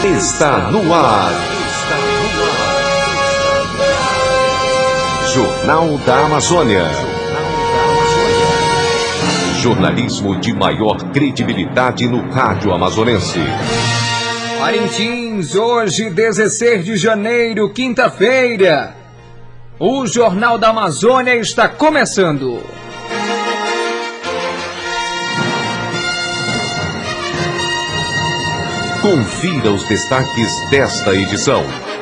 Está no ar. Jornal da Amazônia. Jornalismo de maior credibilidade no rádio amazonense. Parintins, hoje 16 de janeiro, quinta-feira. O Jornal da Amazônia está começando. Confira os destaques desta edição.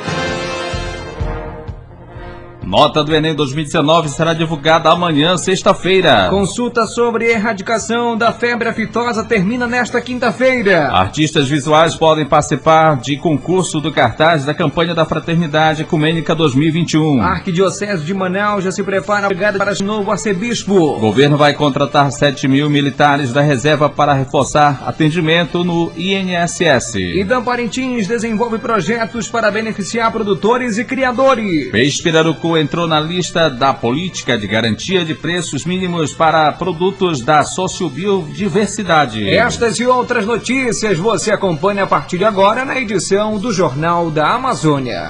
Nota do Enem 2019 será divulgada amanhã, sexta-feira. Consulta sobre erradicação da febre aftosa termina nesta quinta-feira. Artistas visuais podem participar de concurso do cartaz da campanha da Fraternidade Ecumênica 2021. A Arquidiocese de Manaus já se prepara para o novo arcebispo. O governo vai contratar 7 mil militares da reserva para reforçar atendimento no INSS. Idam Parintins desenvolve projetos para beneficiar produtores e criadores. Peixe Pirarucu entrou na lista da política de garantia de preços mínimos para produtos da sociobiodiversidade. Estas e outras notícias você acompanha a partir de agora na edição do Jornal da Amazônia.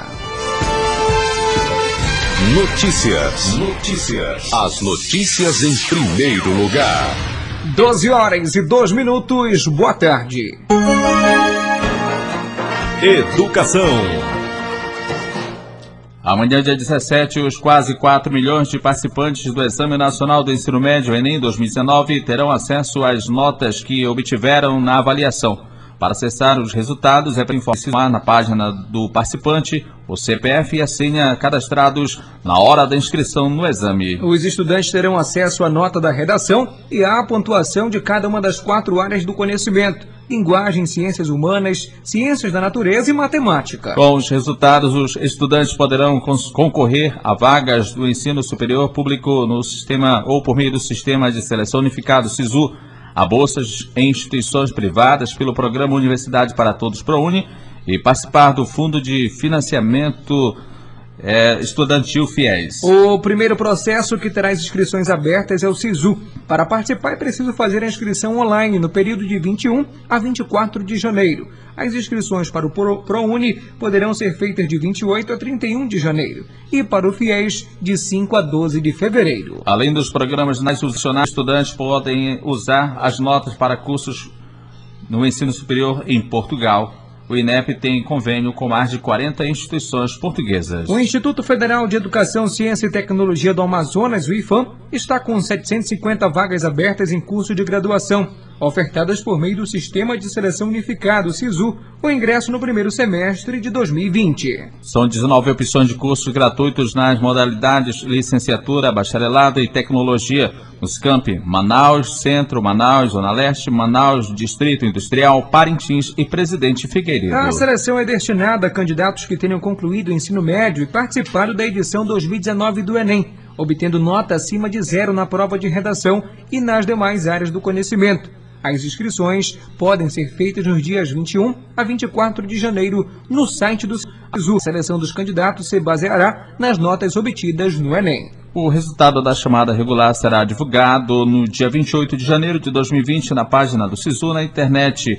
Notícias. As notícias em primeiro lugar. 12h02. Boa tarde. Educação. Amanhã, dia 17, os quase 4 milhões de participantes do Exame Nacional do Ensino Médio Enem 2019 terão acesso às notas que obtiveram na avaliação. Para acessar os resultados, é para informar na página do participante o CPF e a senha cadastrados na hora da inscrição no exame. Os estudantes terão acesso à nota da redação e à pontuação de cada uma das 4 áreas do conhecimento: linguagem, ciências humanas, ciências da natureza e matemática. Com os resultados, os estudantes poderão concorrer a vagas do ensino superior público no sistema ou por meio do Sistema de Seleção Unificado, SISU, a bolsas em instituições privadas pelo Programa Universidade para Todos ProUni e participar do Fundo de Financiamento Estudantil FIES. O primeiro processo que terá as inscrições abertas é o SISU. Para participar é preciso fazer a inscrição online no período de 21 a 24 de janeiro. As inscrições para o ProUni poderão ser feitas de 28 a 31 de janeiro e para o FIES de 5 a 12 de fevereiro. Além dos programas nacionais, estudantes podem usar as notas para cursos no ensino superior em Portugal. O INEP tem convênio com mais de 40 instituições portuguesas. O Instituto Federal de Educação, Ciência e Tecnologia do Amazonas, o IFAM, está com 750 vagas abertas em curso de graduação, ofertadas por meio do Sistema de Seleção Unificado, SISU, o ingresso no primeiro semestre de 2020. São 19 opções de cursos gratuitos nas modalidades licenciatura, bacharelado e tecnologia, nos campi Manaus, Centro, Manaus, Zona Leste, Manaus, Distrito Industrial, Parintins e Presidente Figueiredo. A seleção é destinada a candidatos que tenham concluído o ensino médio e participado da edição 2019 do Enem, obtendo nota acima de 0 na prova de redação e nas demais áreas do conhecimento. As inscrições podem ser feitas nos dias 21 a 24 de janeiro no site do SISU. A seleção dos candidatos se baseará nas notas obtidas no Enem. O resultado da chamada regular será divulgado no dia 28 de janeiro de 2020 na página do SISU na internet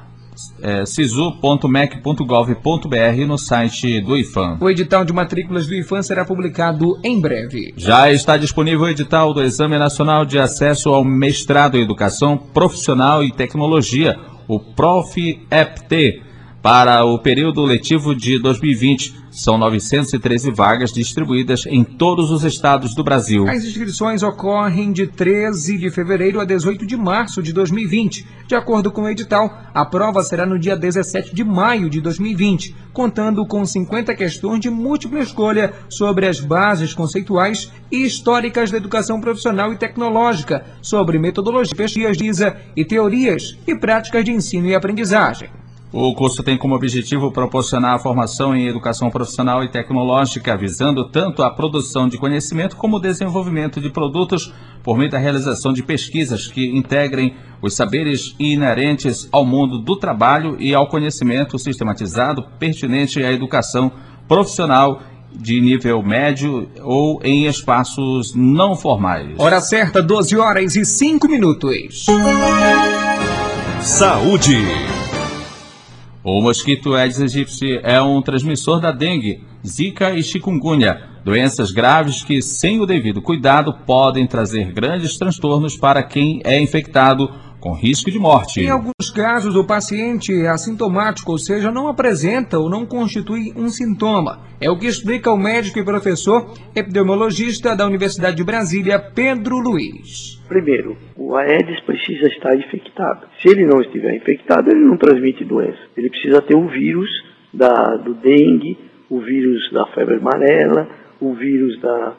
sisu.mec.gov.br no site do IFAM. O edital de matrículas do IFAM será publicado em breve. Já está disponível o edital do Exame Nacional de Acesso ao Mestrado em Educação Profissional e Tecnologia, o PROF-EPT, para o período letivo de 2020. São 913 vagas distribuídas em todos os estados do Brasil. As inscrições ocorrem de 13 de fevereiro a 18 de março de 2020. De acordo com o edital, a prova será no dia 17 de maio de 2020, contando com 50 questões de múltipla escolha sobre as bases conceituais e históricas da educação profissional e tecnológica, sobre metodologia, pesquisa e teorias e práticas de ensino e aprendizagem. O curso tem como objetivo proporcionar a formação em educação profissional e tecnológica, visando tanto a produção de conhecimento como o desenvolvimento de produtos por meio da realização de pesquisas que integrem os saberes inerentes ao mundo do trabalho e ao conhecimento sistematizado pertinente à educação profissional de nível médio ou em espaços não formais. Hora certa, 12h05. Saúde. O mosquito Aedes aegypti é um transmissor da dengue, zika e chikungunya, doenças graves que, sem o devido cuidado, podem trazer grandes transtornos para quem é infectado, com risco de morte. Em alguns casos, o paciente é assintomático, ou seja, não apresenta ou não constitui um sintoma. É o que explica o médico e professor epidemiologista da Universidade de Brasília, Pedro Luiz. Primeiro, o Aedes precisa estar infectado. Se ele não estiver infectado, ele não transmite doença. Ele precisa ter o vírus do dengue, o vírus da febre amarela, o vírus da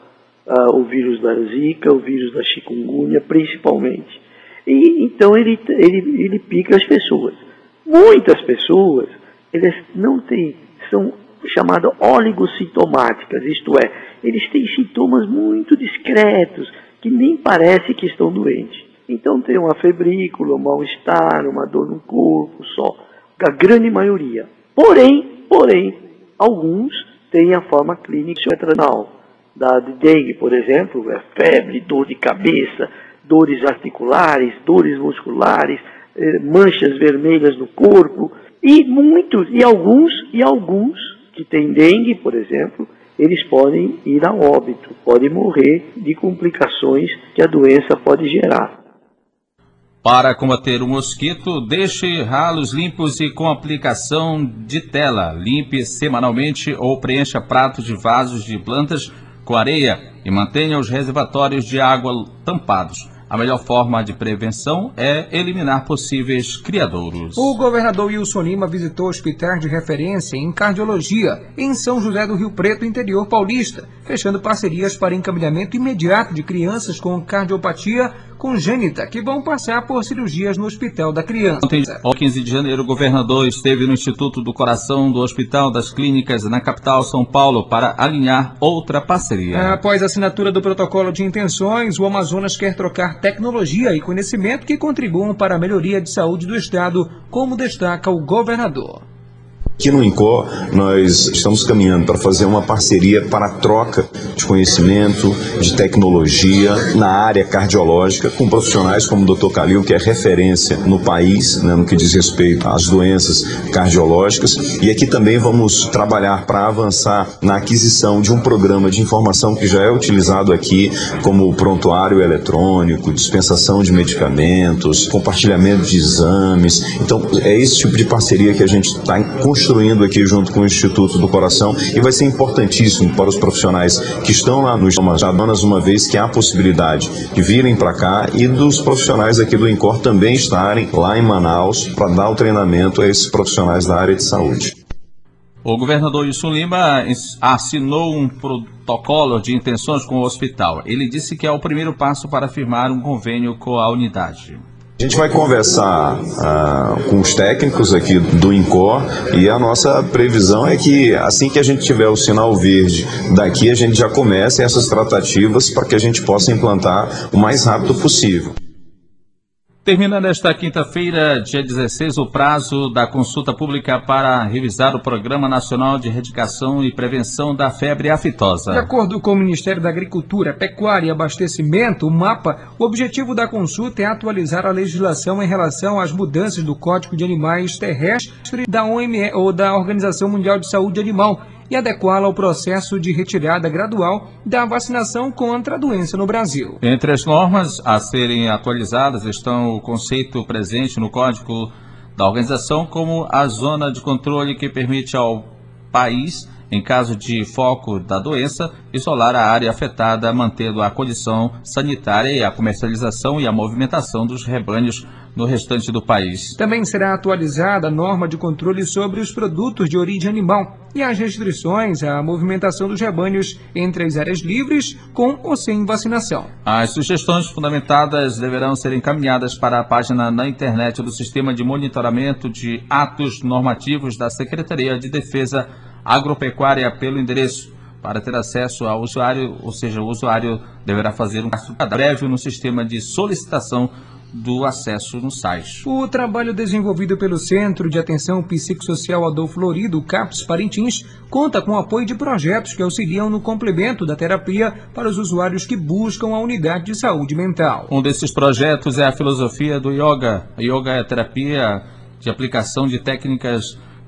zika, o vírus da chikungunya, principalmente. E então ele pica as pessoas. Muitas pessoas, eles não têm, são chamadas oligossintomáticas, isto é, eles têm sintomas muito discretos, que nem parece que estão doentes. Então tem uma febrícula, um mal-estar, uma dor no corpo só, a grande maioria. Porém, alguns têm a forma clínica extranal. Da dengue, por exemplo, é febre, dor de cabeça, dores articulares, dores musculares, manchas vermelhas no corpo, e alguns que têm dengue, por exemplo, eles podem ir a óbito, podem morrer de complicações que a doença pode gerar. Para combater o mosquito, deixe ralos limpos e com aplicação de tela. Limpe semanalmente ou preencha pratos de vasos de plantas com areia e mantenha os reservatórios de água tampados. A melhor forma de prevenção é eliminar possíveis criadouros. O governador Wilson Lima visitou hospitais de referência em cardiologia em São José do Rio Preto, interior paulista, fechando parcerias para encaminhamento imediato de crianças com cardiopatia congênita que vão passar por cirurgias no Hospital da Criança. Ontem, 15 de janeiro, o governador esteve no Instituto do Coração do Hospital das Clínicas na capital São Paulo para alinhar outra parceria. Após a assinatura do protocolo de intenções, o Amazonas quer trocar tecnologia e conhecimento que contribuam para a melhoria de saúde do estado, como destaca o governador. Aqui no INCOR, nós estamos caminhando para fazer uma parceria para a troca de conhecimento, de tecnologia na área cardiológica, com profissionais como o Dr. Calil, que é referência no país, né, no que diz respeito às doenças cardiológicas. E aqui também vamos trabalhar para avançar na aquisição de um programa de informação que já é utilizado aqui, como o prontuário eletrônico, dispensação de medicamentos, compartilhamento de exames. Então, é esse tipo de parceria que a gente está construindo aqui junto com o Instituto do Coração, e vai ser importantíssimo para os profissionais que estão lá no Amazonas, uma vez que há a possibilidade de virem para cá, e dos profissionais aqui do INCOR também estarem lá em Manaus para dar o treinamento a esses profissionais da área de saúde. O governador Wilson Lima assinou um protocolo de intenções com o hospital. Ele disse que é o primeiro passo para firmar um convênio com a unidade. A gente vai conversar com os técnicos aqui do INCOR, e a nossa previsão é que assim que a gente tiver o sinal verde daqui, a gente já comece essas tratativas para que a gente possa implantar o mais rápido possível. Termina nesta quinta-feira, dia 16, o prazo da consulta pública para revisar o Programa Nacional de Erradicação e Prevenção da Febre Aftosa. De acordo com o Ministério da Agricultura, Pecuária e Abastecimento, o MAPA, o objetivo da consulta é atualizar a legislação em relação às mudanças do Código de Animais Terrestres da OMS, ou da Organização Mundial de Saúde Animal, e adequá-la ao processo de retirada gradual da vacinação contra a doença no Brasil. Entre as normas a serem atualizadas estão o conceito presente no Código da Organização como a zona de controle, que permite ao país, em caso de foco da doença, isolar a área afetada, mantendo a condição sanitária e a comercialização e a movimentação dos rebanhos no restante do país. Também será atualizada a norma de controle sobre os produtos de origem animal e as restrições à movimentação dos rebanhos entre as áreas livres, com ou sem vacinação. As sugestões fundamentadas deverão ser encaminhadas para a página na internet do Sistema de Monitoramento de Atos Normativos da Secretaria de Defesa Agropecuária pelo endereço. Para ter acesso ao usuário, ou seja, o usuário deverá fazer um cadastro prévio no sistema de solicitação do acesso no site. O trabalho desenvolvido pelo Centro de Atenção Psicossocial Adolfo Florido, CAPS Parintins, conta com o apoio de projetos que auxiliam no complemento da terapia para os usuários que buscam a unidade de saúde mental. Um desses projetos é a filosofia do yoga. A yoga é a terapia de aplicação de técnicas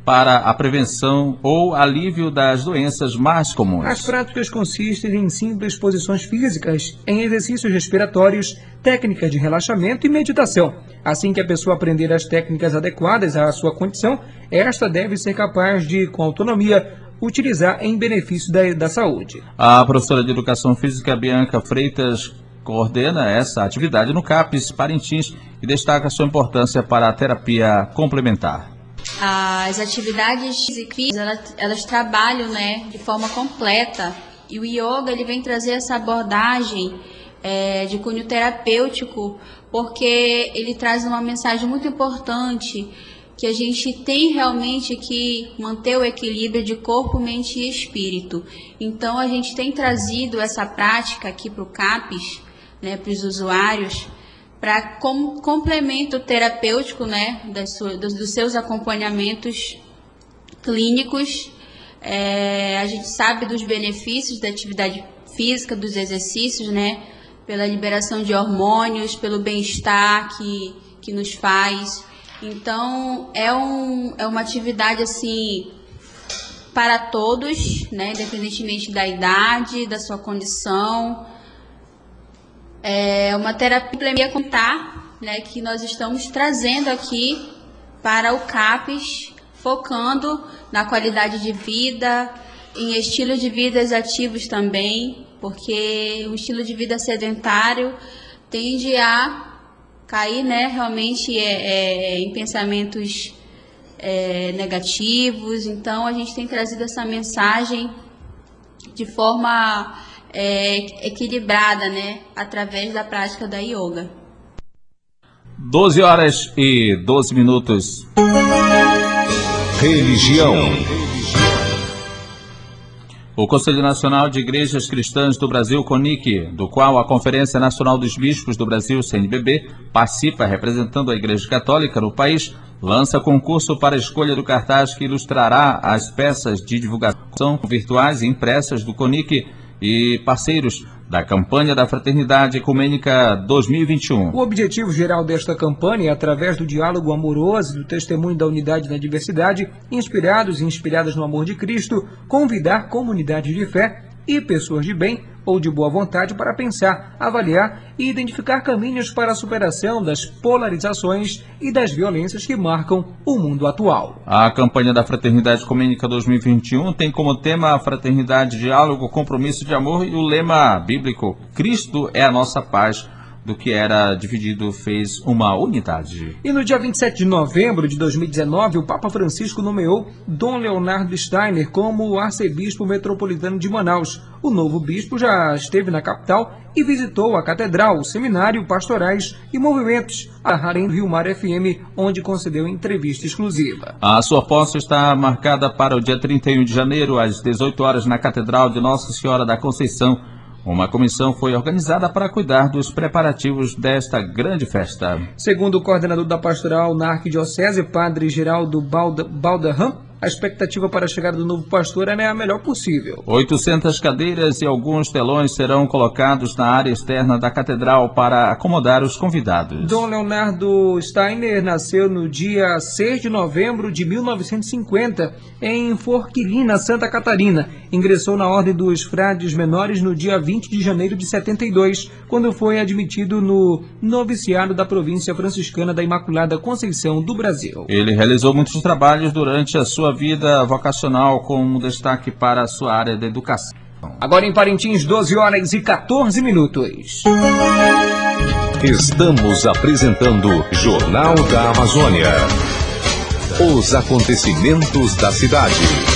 para a prevenção ou alívio das doenças mais comuns. As práticas consistem em simples posições físicas, em exercícios respiratórios, técnicas de relaxamento e meditação. Assim que a pessoa aprender as técnicas adequadas à sua condição, esta deve ser capaz de, com autonomia, utilizar em benefício da saúde. A professora de Educação Física Bianca Freitas coordena essa atividade no CAPES Parintins e destaca sua importância para a terapia complementar. As atividades físicas, elas trabalham, né, de forma completa, e o yoga ele vem trazer essa abordagem de cunho terapêutico, porque ele traz uma mensagem muito importante, que a gente tem realmente que manter o equilíbrio de corpo, mente e espírito. Então a gente tem trazido essa prática aqui para o CAPES, né, para os usuários, para como complemento terapêutico, né, dos seus acompanhamentos clínicos. A gente sabe dos benefícios da atividade física, dos exercícios, né, pela liberação de hormônios, pelo bem-estar que nos faz. Então, é uma atividade assim para todos, né, independentemente da idade, da sua condição. É uma terapia complementar, né, que nós estamos trazendo aqui para o CAPES, focando na qualidade de vida, em estilos de vida ativos também, porque o estilo de vida sedentário tende a cair, né, realmente em pensamentos negativos. Então a gente tem trazido essa mensagem de forma equilibrada, né, através da prática da yoga. 12h12. Religião. O Conselho Nacional de Igrejas Cristãs do Brasil, CONIC, do qual a Conferência Nacional dos Bispos do Brasil, CNBB, participa representando a Igreja Católica no país, lança concurso para a escolha do cartaz que ilustrará as peças de divulgação virtuais e impressas do CONIC e parceiros da campanha da Fraternidade Ecumênica 2021. O objetivo geral desta campanha é, através do diálogo amoroso e do testemunho da unidade na diversidade, inspirados e inspiradas no amor de Cristo, convidar comunidades de fé e pessoas de bem ou de boa vontade para pensar, avaliar e identificar caminhos para a superação das polarizações e das violências que marcam o mundo atual. A campanha da Fraternidade Ecumênica 2021 tem como tema a fraternidade, diálogo, compromisso de amor e o lema bíblico Cristo é a nossa paz. Do que era dividido fez uma unidade. E no dia 27 de novembro de 2019, o Papa Francisco nomeou Dom Leonardo Steiner como arcebispo metropolitano de Manaus. O novo bispo já esteve na capital e visitou a catedral, o seminário, pastorais e movimentos, a Rádio Vilmar FM, onde concedeu entrevista exclusiva. A sua posse está marcada para o dia 31 de janeiro, às 18 horas, na Catedral de Nossa Senhora da Conceição. Uma comissão foi organizada para cuidar dos preparativos desta grande festa. Segundo o coordenador da pastoral na Arquidiocese, Padre Geraldo Baldarram, a expectativa para a chegada do novo pastor é a melhor possível. 800 cadeiras e alguns telões serão colocados na área externa da catedral para acomodar os convidados. Dom Leonardo Steiner nasceu no dia 6 de novembro de 1950 em Forquilina, Santa Catarina. Ingressou na Ordem dos Frades Menores no dia 20 de janeiro de 72, quando foi admitido no noviciado da província franciscana da Imaculada Conceição do Brasil. Ele realizou muitos trabalhos durante a sua vida vocacional, com destaque para a sua área de educação. Agora em Parintins, 12h14. Estamos apresentando Jornal da Amazônia. Os acontecimentos da cidade.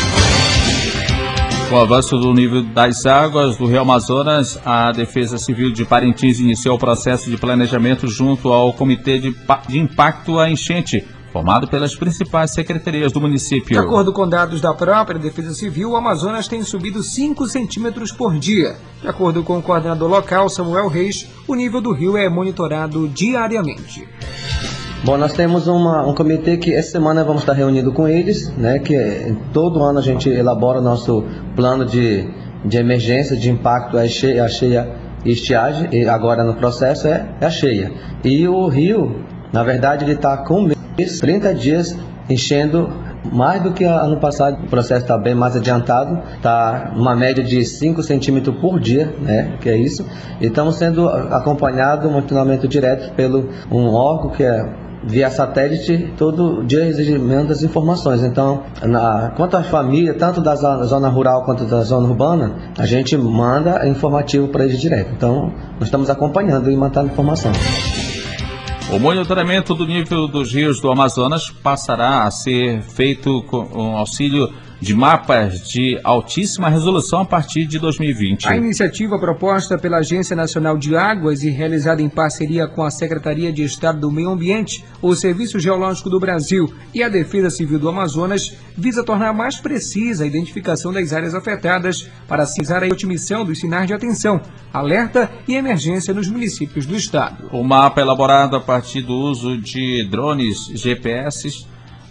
Com o avanço do nível das águas do Rio Amazonas, a Defesa Civil de Parintins iniciou o processo de planejamento junto ao Comitê de Impacto à Enchente, formado pelas principais secretarias do município. De acordo com dados da própria Defesa Civil, o Amazonas tem subido 5 centímetros por dia. De acordo com o coordenador local, Samuel Reis, o nível do rio é monitorado diariamente. Bom, nós temos um comitê que essa semana vamos estar reunindo com eles, né? Que todo ano a gente elabora o nosso plano de emergência, de impacto à cheia e estiagem, e agora no processo é a cheia. E o rio, na verdade, ele está com 30 dias enchendo mais do que ano passado. O processo está bem mais adiantado, está uma média de 5 centímetros por dia, né, que é isso. E estamos sendo acompanhados, monitoramento direto pelo um órgão que é via satélite, todo dia exigimento das informações. Então, quanto à família, tanto da zona rural quanto da zona urbana, a gente manda informativo para eles direto. Então, nós estamos acompanhando e mantendo informação. O monitoramento do nível dos rios do Amazonas passará a ser feito com auxílio de mapas de altíssima resolução a partir de 2020. A iniciativa proposta pela Agência Nacional de Águas e realizada em parceria com a Secretaria de Estado do Meio Ambiente, o Serviço Geológico do Brasil e a Defesa Civil do Amazonas visa tornar mais precisa a identificação das áreas afetadas para sinalizar a otimização dos sinais de atenção, alerta e emergência nos municípios do estado. O mapa é elaborado a partir do uso de drones GPS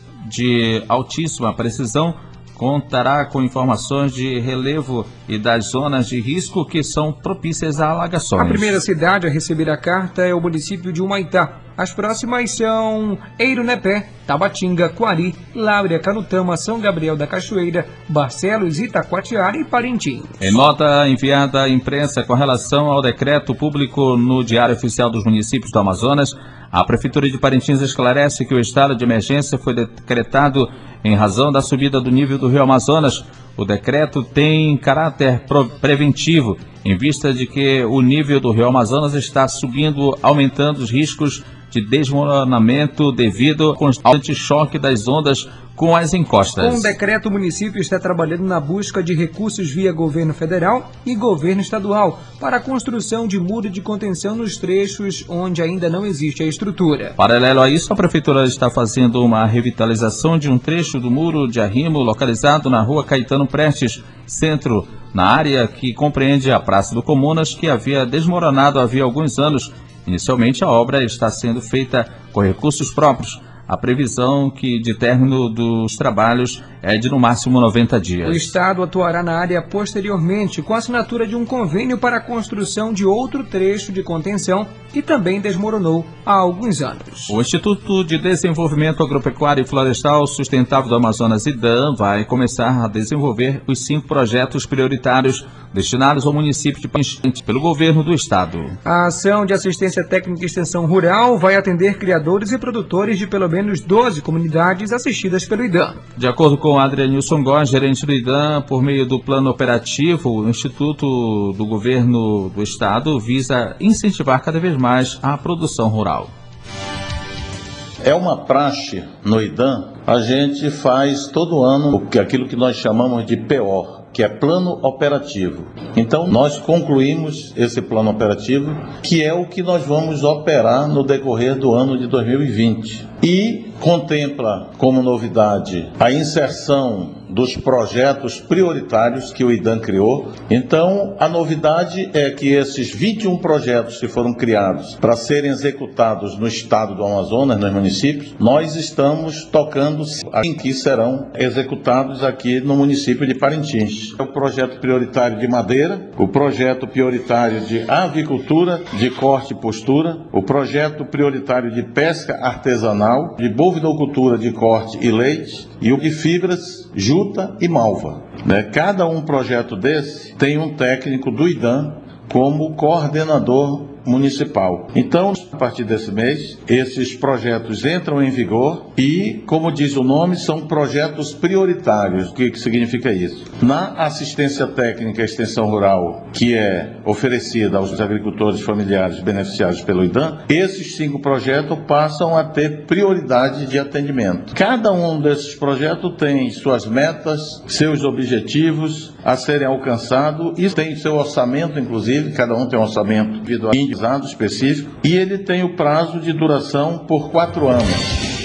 de altíssima precisão contará com informações de relevo e das zonas de risco que são propícias a alagações. A primeira cidade a receber a carta é o município de Humaitá. As próximas são Eirunepé, Tabatinga, Quari, Láurea, Canutama, São Gabriel da Cachoeira, Barcelos, Itacoatiara e Parintins. Em nota enviada à imprensa com relação ao decreto público no Diário Oficial dos Municípios do Amazonas, a Prefeitura de Parintins esclarece que o estado de emergência foi decretado em razão da subida do nível do Rio Amazonas. O decreto tem caráter preventivo, em vista de que o nível do Rio Amazonas está subindo, aumentando os riscos de desmoronamento devido ao constante choque das ondas com as encostas. Com o decreto, o município está trabalhando na busca de recursos via governo federal e governo estadual para a construção de muro de contenção nos trechos onde ainda não existe a estrutura. Paralelo a isso, a Prefeitura está fazendo uma revitalização de um trecho do muro de arrimo localizado na rua Caetano Prestes, centro, na área que compreende a Praça do Comunas, que havia desmoronado havia alguns anos. Inicialmente, a obra está sendo feita com recursos próprios. A previsão de término dos trabalhos é de no máximo 90 dias. O Estado atuará na área posteriormente com a assinatura de um convênio para a construção de outro trecho de contenção que também desmoronou há alguns anos. O Instituto de Desenvolvimento Agropecuário e Florestal Sustentável do Amazonas, IDAM, vai começar a desenvolver os 5 projetos prioritários destinados ao município de Parintins pelo governo do estado. A ação de assistência técnica e extensão rural vai atender criadores e produtores de pelo menos 12 comunidades assistidas pelo IDAM. De acordo com Adrianilson Góes, gerente do IDAM, por meio do plano operativo, o Instituto do Governo do Estado visa incentivar cada vez mais a produção rural. É uma praxe no IDAM, a gente faz todo ano aquilo que nós chamamos de PO, que é plano operativo. Então, nós concluímos esse plano operativo, que é o que nós vamos operar no decorrer do ano de 2020. E contempla como novidade a inserção dos projetos prioritários que o IDAM criou. Então, a novidade é que esses 21 projetos que foram criados para serem executados no estado do Amazonas, nos municípios, nós estamos tocando em que serão executados aqui no município de Parintins. O projeto prioritário de madeira, o projeto prioritário de avicultura, de corte e postura, o projeto prioritário de pesca artesanal, de bovinocultura de corte e leite, e o de fibras, juta e malva. Cada projeto desse tem um técnico do IDAM como coordenador municipal. Então, a partir desse mês, esses projetos entram em vigor e, como diz o nome, são projetos prioritários. O que significa isso? Na assistência técnica e extensão rural, que é oferecida aos agricultores familiares beneficiados pelo IDAM, esses 5 projetos passam a ter prioridade de atendimento. Cada um desses projetos tem suas metas, seus objetivos a serem alcançados e tem seu orçamento, inclusive, cada um tem um orçamento individual específico, e ele tem o prazo de duração por 4 anos.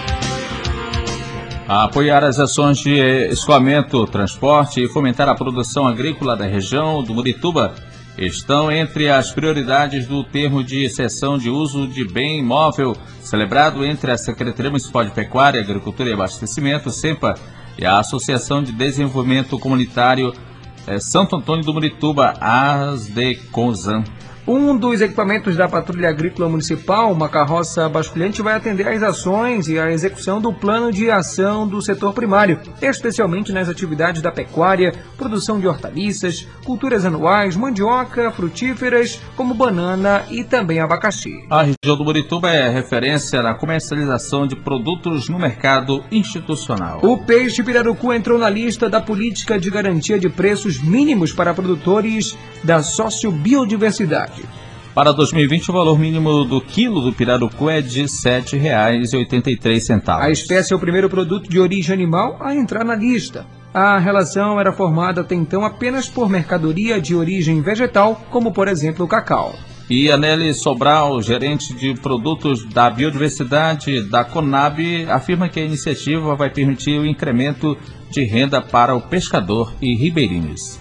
A apoiar as ações de escoamento, transporte e fomentar a produção agrícola da região do Murituba estão entre as prioridades do termo de cessão de uso de bem imóvel celebrado entre a Secretaria Municipal de Pecuária, Agricultura e Abastecimento, SEMPA, e a Associação de Desenvolvimento Comunitário Santo Antônio do Murituba, ASDECONSAM. Um dos equipamentos da Patrulha Agrícola Municipal, uma carroça basculhante, vai atender às ações e à execução do plano de ação do setor primário, especialmente nas atividades da pecuária, produção de hortaliças, culturas anuais, mandioca, frutíferas, como banana e também abacaxi. A região do Murituba é referência na comercialização de produtos no mercado institucional. O peixe pirarucu entrou na lista da política de garantia de preços mínimos para produtores da sociobiodiversidade. Para 2020, o valor mínimo do quilo do pirarucu é de R$ 7,83. A espécie é o primeiro produto de origem animal a entrar na lista. A relação era formada até então apenas por mercadoria de origem vegetal, como por exemplo o cacau. E a Nelly Sobral, gerente de produtos da biodiversidade da Conab, afirma que a iniciativa vai permitir o incremento de renda para o pescador e ribeirinhos.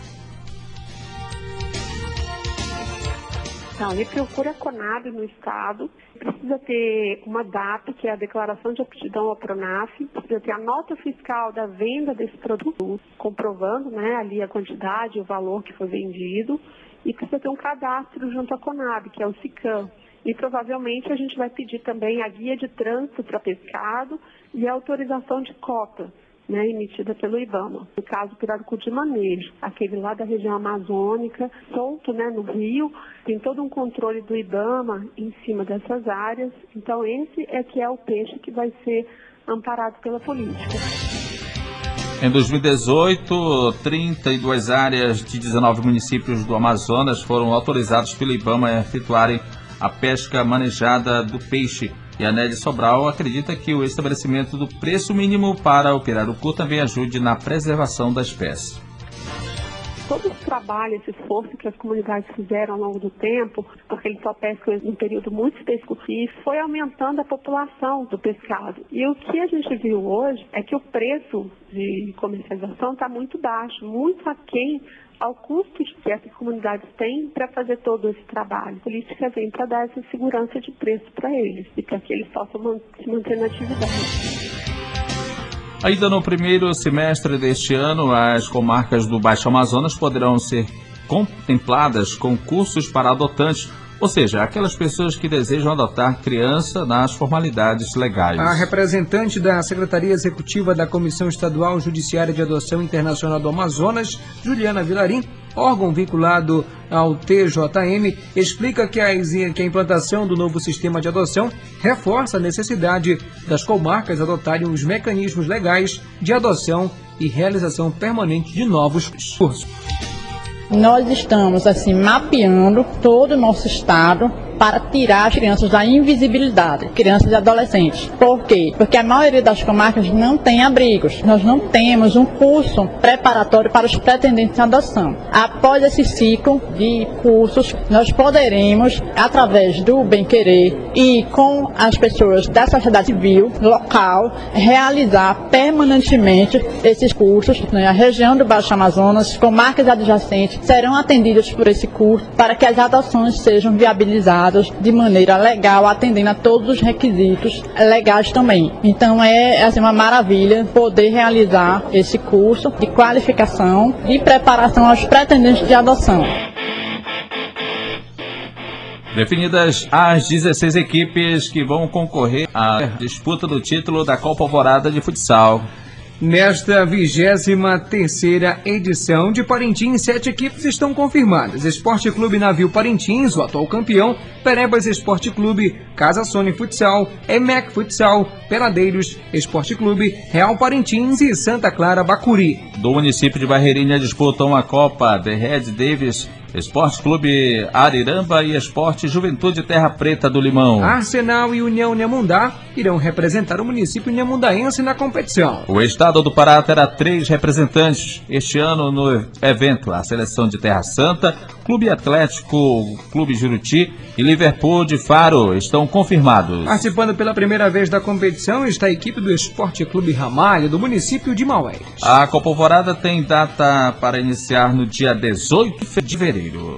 Então, ele procura a Conab no estado, precisa ter uma data, que é a declaração de aptidão ao Pronaf, precisa ter a nota fiscal da venda desse produto, comprovando, né, ali a quantidade, o valor que foi vendido, e precisa ter um cadastro junto à Conab, que é o SICAM. E provavelmente a gente vai pedir também a guia de trânsito para pescado e a autorização de cota, né, emitida pelo IBAMA. No caso, o pirarucu de manejo, aquele lá da região amazônica, solto, né, no rio, tem todo um controle do IBAMA em cima dessas áreas. Então esse é que é o peixe que vai ser amparado pela política. Em 2018, 32 áreas de 19 municípios do Amazonas foram autorizados pelo IBAMA a efetuarem a pesca manejada do peixe. E a Nelly Sobral acredita que o estabelecimento do preço mínimo para o pirarucu também ajude na preservação da espécie. Todo esse trabalho, esse esforço que as comunidades fizeram ao longo do tempo, porque eles só pescam em um período muito específico, e foi aumentando a população do pescado. E o que a gente viu hoje é que o preço de comercialização está muito baixo, muito aquém ao custo que essas comunidades têm para fazer todo esse trabalho. A política vem para dar essa segurança de preço para eles e para que eles possam se manter na atividade. Ainda no primeiro semestre deste ano, as comarcas do Baixo Amazonas poderão ser contempladas com cursos para adotantes, ou seja, aquelas pessoas que desejam adotar criança nas formalidades legais. A representante da Secretaria Executiva da Comissão Estadual Judiciária de Adoção Internacional do Amazonas, Juliana Vilarim, órgão vinculado ao TJM, explica que a implantação do novo sistema de adoção reforça a necessidade das comarcas adotarem os mecanismos legais de adoção e realização permanente de novos cursos. Nós estamos, assim, mapeando todo o nosso estado para tirar as crianças da invisibilidade, crianças e adolescentes. Por quê? Porque a maioria das comarcas não tem abrigos. Nós não temos um curso preparatório para os pretendentes à adoção. Após esse ciclo de cursos, nós poderemos, através do bem-querer e com as pessoas da sociedade civil local, realizar permanentemente esses cursos. A região do Baixo Amazonas, comarcas adjacentes, serão atendidas por esse curso para que as adoções sejam viabilizadas de maneira legal, atendendo a todos os requisitos legais também. Então é assim, uma maravilha poder realizar esse curso de qualificação e preparação aos pretendentes de adoção. Definidas as 16 equipes que vão concorrer à disputa do título da Copa Alvorada de Futsal. Nesta 23ª edição de Parintins, 7 equipes estão confirmadas. Esporte Clube Navio Parintins, o atual campeão, Perebas Esporte Clube, Casa Sony Futsal, EMEC Futsal, Peladeiros, Esporte Clube, Real Parintins e Santa Clara Bacuri. Do município de Barreirinha disputam a Copa The Red Davis, Esporte Clube Ariramba e Esporte Juventude Terra Preta do Limão. Arsenal e União Inhamundá irão representar o município inhamundaense na competição. O estado do Pará terá 3 representantes este ano no evento: a seleção de Terra Santa, Clube Atlético, Clube Juruti e Liverpool de Faro estão confirmados. Participando pela primeira vez da competição está a equipe do Esporte Clube Ramalho, do município de Maués. A Copa Alvorada tem data para iniciar no dia 18 de fevereiro.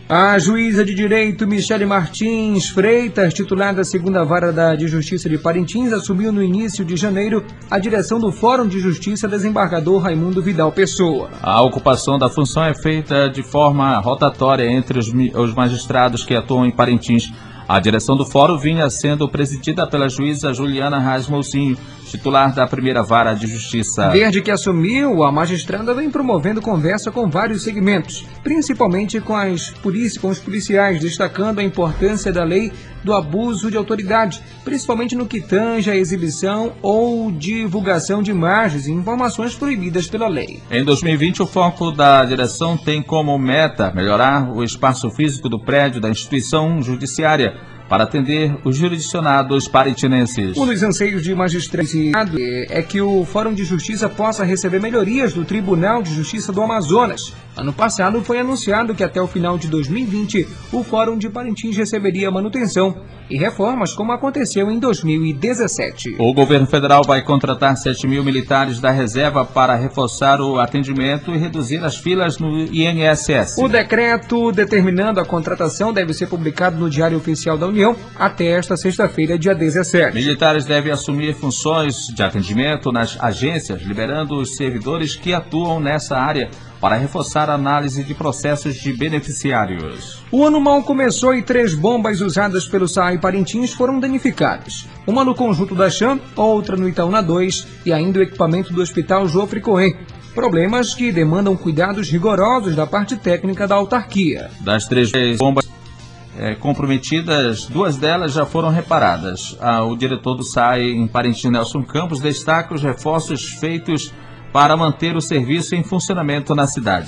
A juíza de direito Michele Martins Freitas, titular da 2ª Vara de Justiça de Parintins, assumiu no início de janeiro a direção do Fórum de Justiça desembargador Raimundo Vidal Pessoa. A ocupação da função é feita de forma rotatória entre os magistrados que atuam em Parintins. A direção do fórum vinha sendo presidida pela juíza Juliana Reis Mocinho, titular da 1ª Vara de Justiça. Desde que assumiu, a magistrada vem promovendo conversa com vários segmentos, principalmente com os policiais, destacando a importância da lei do abuso de autoridade, principalmente no que tange à exibição ou divulgação de imagens e informações proibidas pela lei. Em 2020, o foco da direção tem como meta melhorar o espaço físico do prédio da instituição judiciária para atender os jurisdicionados parintinenses. Um dos anseios de magistrados é que o Fórum de Justiça possa receber melhorias do Tribunal de Justiça do Amazonas. Ano passado foi anunciado que até o final de 2020 o Fórum de Parintins receberia manutenção e reformas, como aconteceu em 2017. O governo federal vai contratar 7.000 militares da reserva para reforçar o atendimento e reduzir as filas no INSS. O decreto determinando a contratação deve ser publicado no Diário Oficial da União até esta sexta-feira, dia 17. Militares devem assumir funções de atendimento nas agências, liberando os servidores que atuam nessa área para reforçar a análise de processos de beneficiários. O ano mal começou e 3 bombas usadas pelo SAAI Parintins foram danificadas. Uma no conjunto da Cham, outra no Itaúna 2 e ainda o equipamento do Hospital Joffre Cohen. Problemas que demandam cuidados rigorosos da parte técnica da autarquia. Das 3 bombas comprometidas, 2 delas já foram reparadas. O diretor do SAAI em Parintins, Nelson Campos, destaca os reforços feitos para manter o serviço em funcionamento na cidade.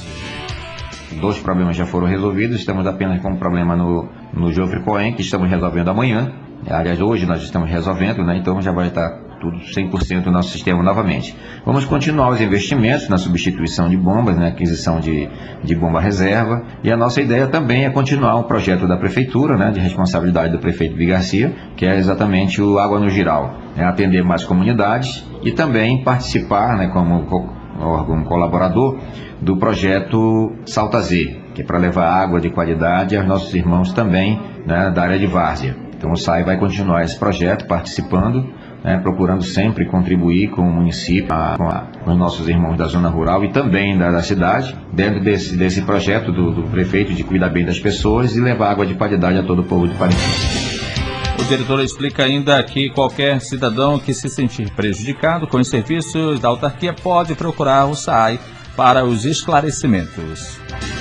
2 problemas já foram resolvidos, estamos apenas com um problema no Joffre Cohen, que estamos resolvendo amanhã. Aliás, hoje nós estamos resolvendo, né? Então já vai estar tudo 100% no nosso sistema novamente. Vamos continuar os investimentos na substituição de bombas, né? Aquisição de bomba reserva. E a nossa ideia também é continuar um projeto da Prefeitura, né? De responsabilidade do prefeito Bigarcia, que é exatamente o Água no Giral, né? Atender mais comunidades e também participar, né? Como órgão colaborador do projeto Salta Z, que é para levar água de qualidade aos nossos irmãos também, né? Da área de várzea. Então o SAAI vai continuar esse projeto participando, né, procurando sempre contribuir com o município, com os nossos irmãos da zona rural e também da cidade, dentro desse projeto do prefeito de cuidar bem das pessoas e levar água de qualidade a todo o povo de Parintins. O diretor explica ainda que qualquer cidadão que se sentir prejudicado com os serviços da autarquia pode procurar o SAAI para os esclarecimentos.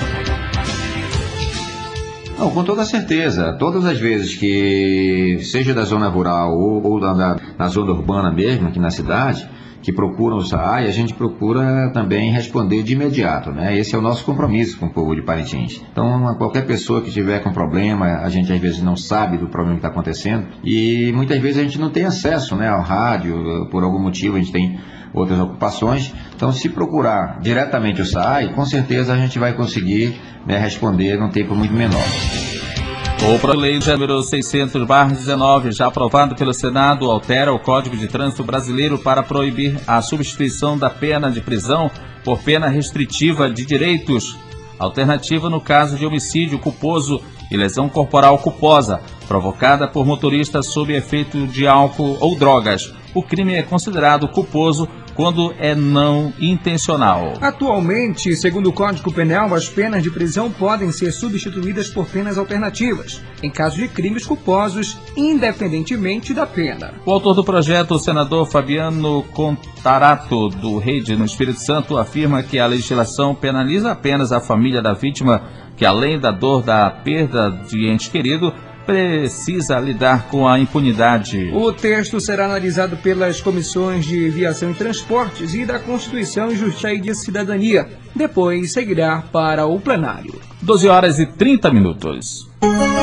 Não, com toda certeza. Todas as vezes que, seja da zona rural ou da zona urbana mesmo, aqui na cidade, que procuram o SAAI, a gente procura também responder de imediato, né? Esse é o nosso compromisso com o povo de Parintins. Então, qualquer pessoa que tiver com problema, a gente às vezes não sabe do problema que está acontecendo e muitas vezes a gente não tem acesso, né, ao rádio, por algum motivo a gente tem outras ocupações. Então, se procurar diretamente o SAAI, com certeza a gente vai conseguir, né, responder num tempo muito menor. O projeto de lei número 600/19, já aprovado pelo Senado, altera o Código de Trânsito Brasileiro para proibir a substituição da pena de prisão por pena restritiva de direitos, alternativa no caso de homicídio culposo e lesão corporal culposa, provocada por motorista sob efeito de álcool ou drogas. O crime é considerado culposo quando é não intencional. Atualmente, segundo o Código Penal, as penas de prisão podem ser substituídas por penas alternativas, em caso de crimes culposos, independentemente da pena. O autor do projeto, o senador Fabiano Contarato, do Rede no Espírito Santo, afirma que a legislação penaliza apenas a família da vítima, que além da dor da perda de ente querido, precisa lidar com a impunidade. O texto será analisado pelas comissões de Viação e Transportes e da Constituição e Justiça e de Cidadania. Depois seguirá para o plenário. 12h30.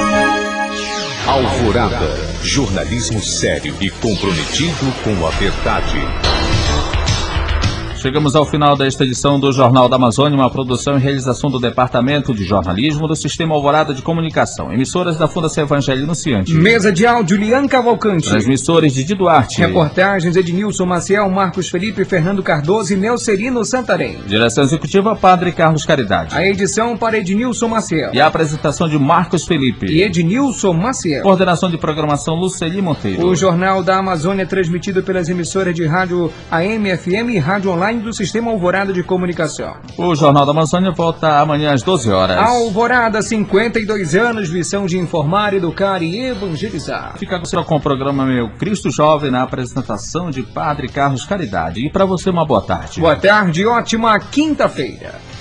Alvorada. Jornalismo sério e comprometido com a verdade. Chegamos ao final desta edição do Jornal da Amazônia, uma produção e realização do Departamento de Jornalismo do Sistema Alvorada de Comunicação. Emissoras da Fundação Evangelho Ciante. Mesa de áudio, Lian Cavalcante. Transmissores de Duarte. Reportagens, Ednilson Maciel, Marcos Felipe, Fernando Cardoso e Neucerino Santarém. Direção executiva, Padre Carlos Caridade. A edição para Ednilson Maciel. E a apresentação de Marcos Felipe. E Ednilson Maciel. Coordenação de programação, Luceli Monteiro. O Jornal da Amazônia é transmitido pelas emissoras de rádio AM, FM e rádio online do Sistema Alvorada de Comunicação. O Jornal da Amazônia volta amanhã às 12 horas. Alvorada, 52 anos, missão de informar, educar e evangelizar. Fica com o programa Meu Cristo Jovem, na apresentação de Padre Carlos Caridade. E para você, uma boa tarde. Boa tarde, ótima quinta-feira.